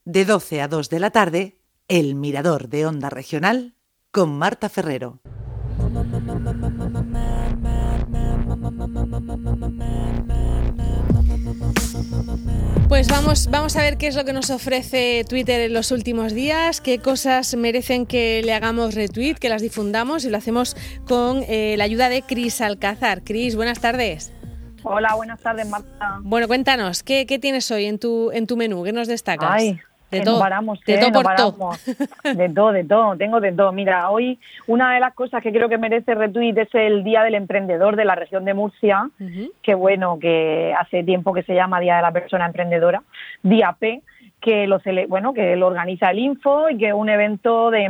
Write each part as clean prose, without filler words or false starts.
De 12 a 2 de la tarde, El Mirador de Onda Regional con Marta Ferrero. Pues vamos a ver qué es lo que nos ofrece Twitter en los últimos días, qué cosas merecen que le hagamos retweet, que las difundamos, y lo hacemos con la ayuda de Cris Alcázar. Cris, buenas tardes. Hola, buenas tardes, Marta. Bueno, cuéntanos, ¿qué tienes hoy en tu menú? ¿Qué nos destacas? Ay, de que todo, no paramos, de todo no por todo. paramos. De todo, tengo de todo. Mira, hoy una de las cosas que creo que merece retweet es el Día del Emprendedor de la región de Murcia, que bueno, que hace tiempo que se llama Día de la Persona Emprendedora, Día P, que lo organiza el Info y que es un evento de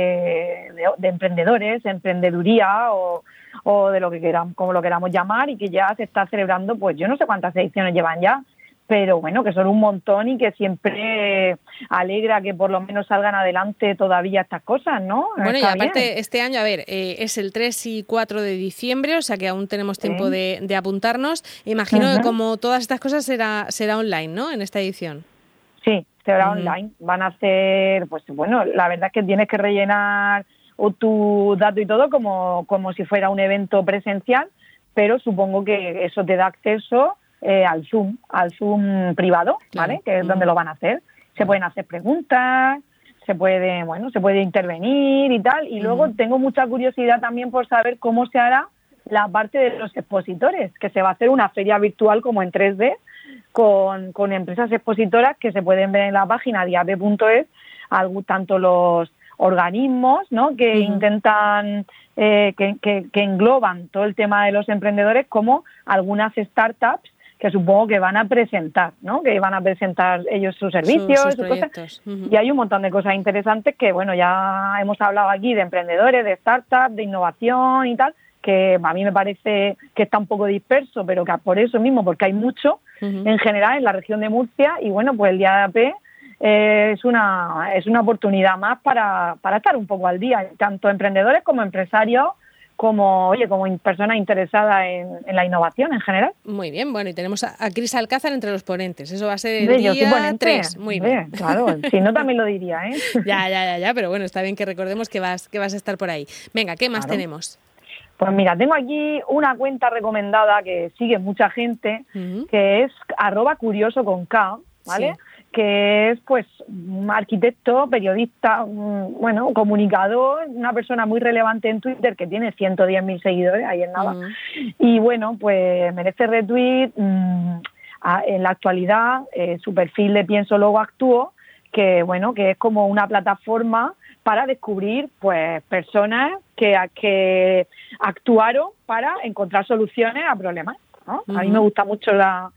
emprendedores, emprendeduría o de lo que queramos, como lo queramos llamar, y que ya se está celebrando, pues yo no sé cuántas ediciones llevan ya, pero bueno, que son un montón y que siempre alegra que por lo menos salgan adelante todavía estas cosas, ¿no? Bueno, Está y aparte bien. este año, a ver, es el 3 y 4 de diciembre, o sea que aún tenemos tiempo de apuntarnos. Imagino que como todas estas cosas será online, ¿no?, en esta edición. Sí, será online. Van a ser, pues bueno, la verdad es que tienes que rellenar tu dato y todo como si fuera un evento presencial, pero supongo que eso te da acceso al Zoom privado, ¿vale? Claro. Que es donde lo van a hacer. Se pueden hacer preguntas, se puede intervenir y tal. Y luego tengo mucha curiosidad también por saber cómo se hará la parte de los expositores, que se va a hacer una feria virtual como en 3D con empresas expositoras que se pueden ver en la página diape.es, tanto los organismos, ¿no?, que intentan que engloban todo el tema de los emprendedores, como algunas startups que supongo que van a presentar, ¿no?, que van a presentar ellos sus servicios, sus proyectos. Cosas. Y hay un montón de cosas interesantes que, bueno, ya hemos hablado aquí de emprendedores, de startups, de innovación y tal, que a mí me parece que está un poco disperso, pero que por eso mismo, porque hay mucho en general en la región de Murcia, y bueno, pues el Día de AP es una oportunidad más para estar un poco al día, tanto emprendedores como empresarios, como personas interesadas en la innovación en general. Muy bien, bueno, y tenemos a Cris Alcázar entre los ponentes. Eso va a ser el día 3. Muy bien. Claro, si no también lo diría, ¿eh? Ya, pero bueno, está bien que recordemos que vas a estar por ahí. Venga, ¿qué más tenemos? Pues mira, tengo aquí una cuenta recomendada que sigue mucha gente, que es @curioso_con_k, ¿vale? Sí. Que es pues un arquitecto, periodista, comunicador, una persona muy relevante en Twitter que tiene 110.000 seguidores, ahí en nada. Y bueno, pues merece retweet. En la actualidad, su perfil de Pienso Luego Actúo, que bueno, que es como una plataforma para descubrir pues personas que actuaron para encontrar soluciones a problemas, ¿no? A mí me gusta mucho la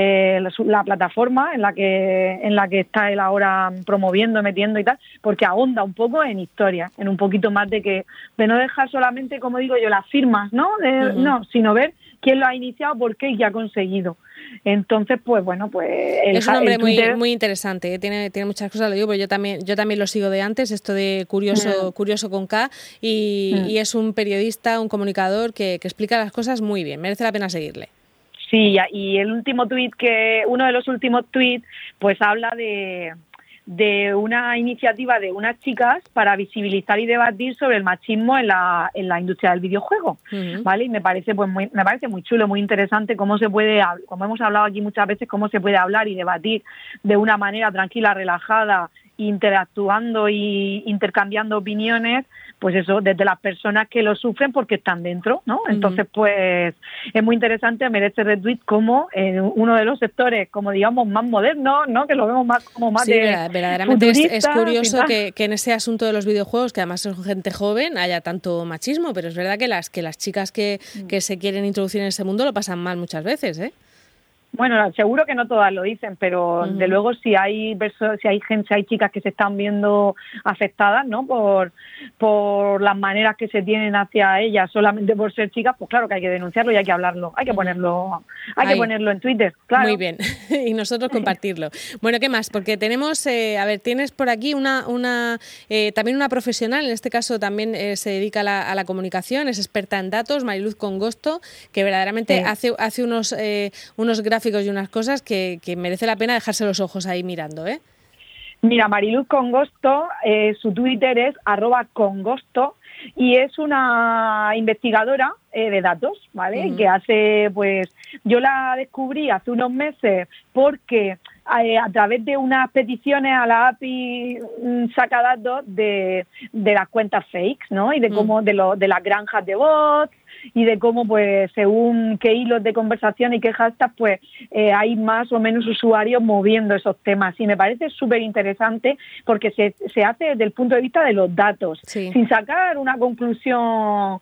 plataforma en la que está él ahora promoviendo, metiendo y tal, porque ahonda un poco en historia, en un poquito más de no dejar solamente, como digo yo, las firmas, ¿no? No, sino ver quién lo ha iniciado, por qué y qué ha conseguido. Entonces, pues bueno, pues es un hombre muy interesante, ¿eh? Tiene muchas cosas, lo digo, porque yo también lo sigo de antes, esto de curioso con K, y es un periodista, un comunicador que explica las cosas muy bien, merece la pena seguirle. Sí, y uno de los últimos tweets, pues habla de una iniciativa de unas chicas para visibilizar y debatir sobre el machismo en la industria del videojuego, ¿vale? Y me parece muy chulo, muy interesante cómo se puede, como hemos hablado aquí muchas veces, cómo se puede hablar y debatir de una manera tranquila, relajada, interactuando y intercambiando opiniones, pues eso, desde las personas que lo sufren porque están dentro, ¿no? Entonces, pues es muy interesante, merece retweet como uno de los sectores, como digamos, más modernos, ¿no? Que lo vemos más como más verdaderamente es curioso que en ese asunto de los videojuegos, que además son gente joven, haya tanto machismo, pero es verdad que las chicas que se quieren introducir en ese mundo lo pasan mal muchas veces, ¿eh? Bueno, seguro que no todas lo dicen, pero de luego si hay chicas que se están viendo afectadas, ¿no? Por las maneras que se tienen hacia ellas solamente por ser chicas, pues claro que hay que denunciarlo y hay que hablarlo, hay que ponerlo en Twitter, claro. Muy bien, y nosotros compartirlo. Bueno, ¿qué más? Porque tenemos, tienes por aquí también una profesional, en este caso también se dedica a la comunicación, es experta en datos, Mariluz Congosto, que verdaderamente hace unos gráficos y unas cosas que merece la pena dejarse los ojos ahí mirando, ¿eh? Mira, Mariluz Congosto, su Twitter es @congosto y es una investigadora de datos, ¿vale? Que hace, pues, yo la descubrí hace unos meses porque a través de unas peticiones a la API saca datos de las cuentas fakes, ¿no? Y de cómo de las granjas de bots y de cómo, pues, según qué hilos de conversación y qué hashtags, pues, hay más o menos usuarios moviendo esos temas. Y me parece súper interesante porque se hace desde el punto de vista de los datos, sin sacar una conclusión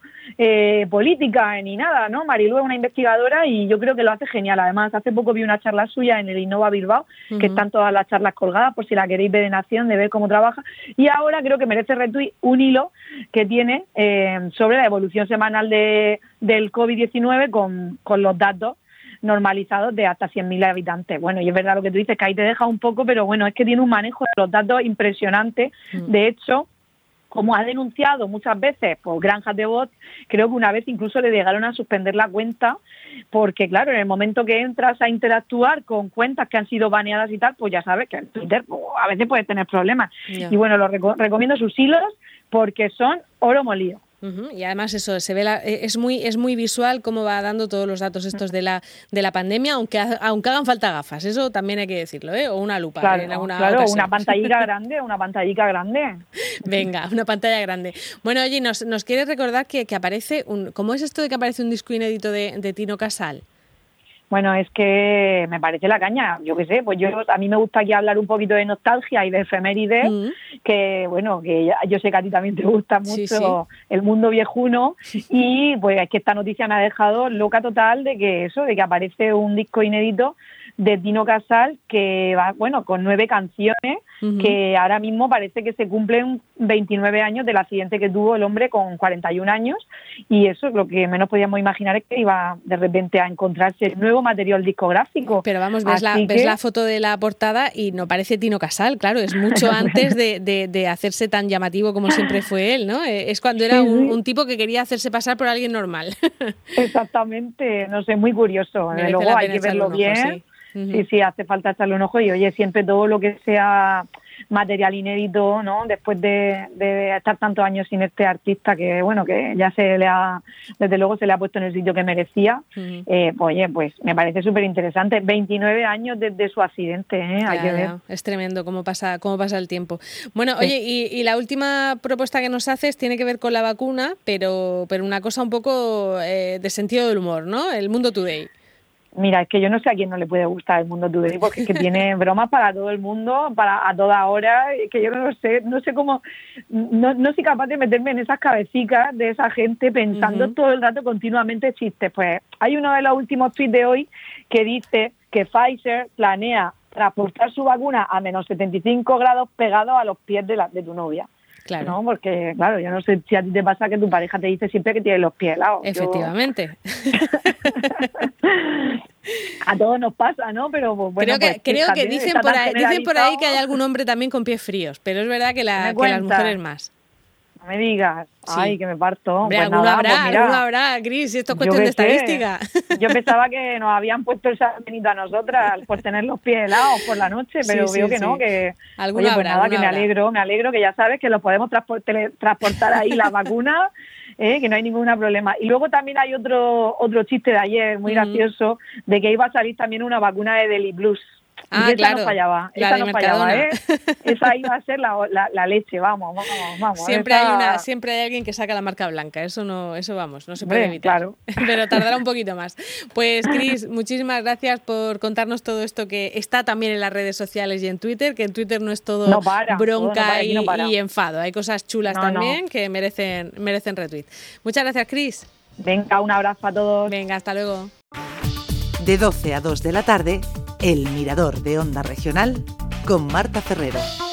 política ni nada, ¿no? Marilú es una investigadora y yo creo que lo hace genial. Además, hace poco vi una charla suya en el Innova Bilbao, que están todas las charlas colgadas por si la queréis ver en acción, de ver cómo trabaja. Y ahora creo que merece retweet un hilo que tiene sobre la evolución semanal del COVID-19 con los datos normalizados de hasta 100.000 habitantes. Bueno, y es verdad lo que tú dices, que ahí te deja un poco, pero bueno, es que tiene un manejo de los datos impresionante. De hecho, como ha denunciado muchas veces por granjas de bots, creo que una vez incluso le llegaron a suspender la cuenta, porque claro, en el momento que entras a interactuar con cuentas que han sido baneadas y tal, pues ya sabes que en Twitter a veces puedes tener problemas. Yeah. Y bueno, recomiendo sus hilos porque son oro molido. Y además eso se ve es muy visual cómo va dando todos los datos estos de la pandemia, aunque hagan falta gafas, eso también hay que decirlo, o una lupa. Claro, en alguna claro, ocasión. una pantallica grande. Venga, una pantalla grande. Bueno, oye, nos quieres recordar que aparece ¿cómo es esto de que aparece un disco inédito de Tino Casal? Bueno, es que me parece la caña, yo qué sé, pues a mí me gusta aquí hablar un poquito de nostalgia y de efemérides, que bueno, que yo sé que a ti también te gusta mucho el mundo viejuno, y pues es que esta noticia me ha dejado loca total de que aparece un disco inédito de Tino Casal que va, bueno, con 9 canciones, que ahora mismo parece que se cumplen 29 años del accidente que tuvo el hombre con 41 años, y eso es lo que menos podíamos imaginar, es que iba de repente a encontrarse nuevo material discográfico. Pero vamos, ves la foto de la portada y no parece Tino Casal, claro, es mucho antes de hacerse tan llamativo como siempre fue él, ¿no? Es cuando era un tipo que quería hacerse pasar por alguien normal. Exactamente, no sé, muy curioso. Luego hay que verlo bien. Sí, hace falta echarle un ojo y oye, siempre todo lo que sea material inédito, ¿no? Después de estar tantos años sin este artista que, bueno, que ya desde luego se le ha puesto en el sitio que merecía, oye, pues me parece súper interesante. 29 años desde su accidente, hay que ver. Es tremendo cómo pasa el tiempo. Bueno, oye, y la última propuesta que nos haces tiene que ver con la vacuna, pero una cosa un poco de sentido del humor, ¿no? El Mundo Today. Mira, es que yo no sé a quién no le puede gustar el Mundo Today, porque es que tiene bromas para todo el mundo, a toda hora, que yo no sé cómo, no soy capaz de meterme en esas cabecicas de esa gente pensando todo el rato continuamente chistes. Pues hay uno de los últimos tweets de hoy que dice que Pfizer planea transportar su vacuna a menos 75 grados pegados a los pies de tu novia. Claro. No, porque, claro, yo no sé si a ti te pasa que tu pareja te dice siempre que tiene los pies helados. Efectivamente. A todos nos pasa, ¿no? Pero bueno, creo que dicen por ahí que hay algún hombre también con pies fríos, pero es verdad que las mujeres más. No me digas. Sí. Ay, que me parto. Hombre, pues alguno habrá, Cris, esto es cuestión de estadística. Yo pensaba que nos habían puesto el sargenito a nosotras por tener los pies helados por la noche, pero veo que no, que... Alguna oye, pues habrá, me alegro, que ya sabes que los podemos transportar ahí la vacuna, que no hay ningún problema. Y luego también hay otro chiste de ayer, muy gracioso, de que iba a salir también una vacuna de Deli Blues. Ah, y esa no fallaba, esa iba a ser la leche, vamos. Siempre hay alguien que saca la marca blanca, eso no se puede evitar. Claro. Pero tardará un poquito más. Pues Cris, muchísimas gracias por contarnos todo esto que está también en las redes sociales y en Twitter, que en Twitter no es todo bronca y enfado, hay cosas chulas también que merecen retweet. Muchas gracias, Cris. Venga, un abrazo a todos. Venga, hasta luego. De 12 a 2 de la tarde, El Mirador de Onda Regional con Marta Ferrero.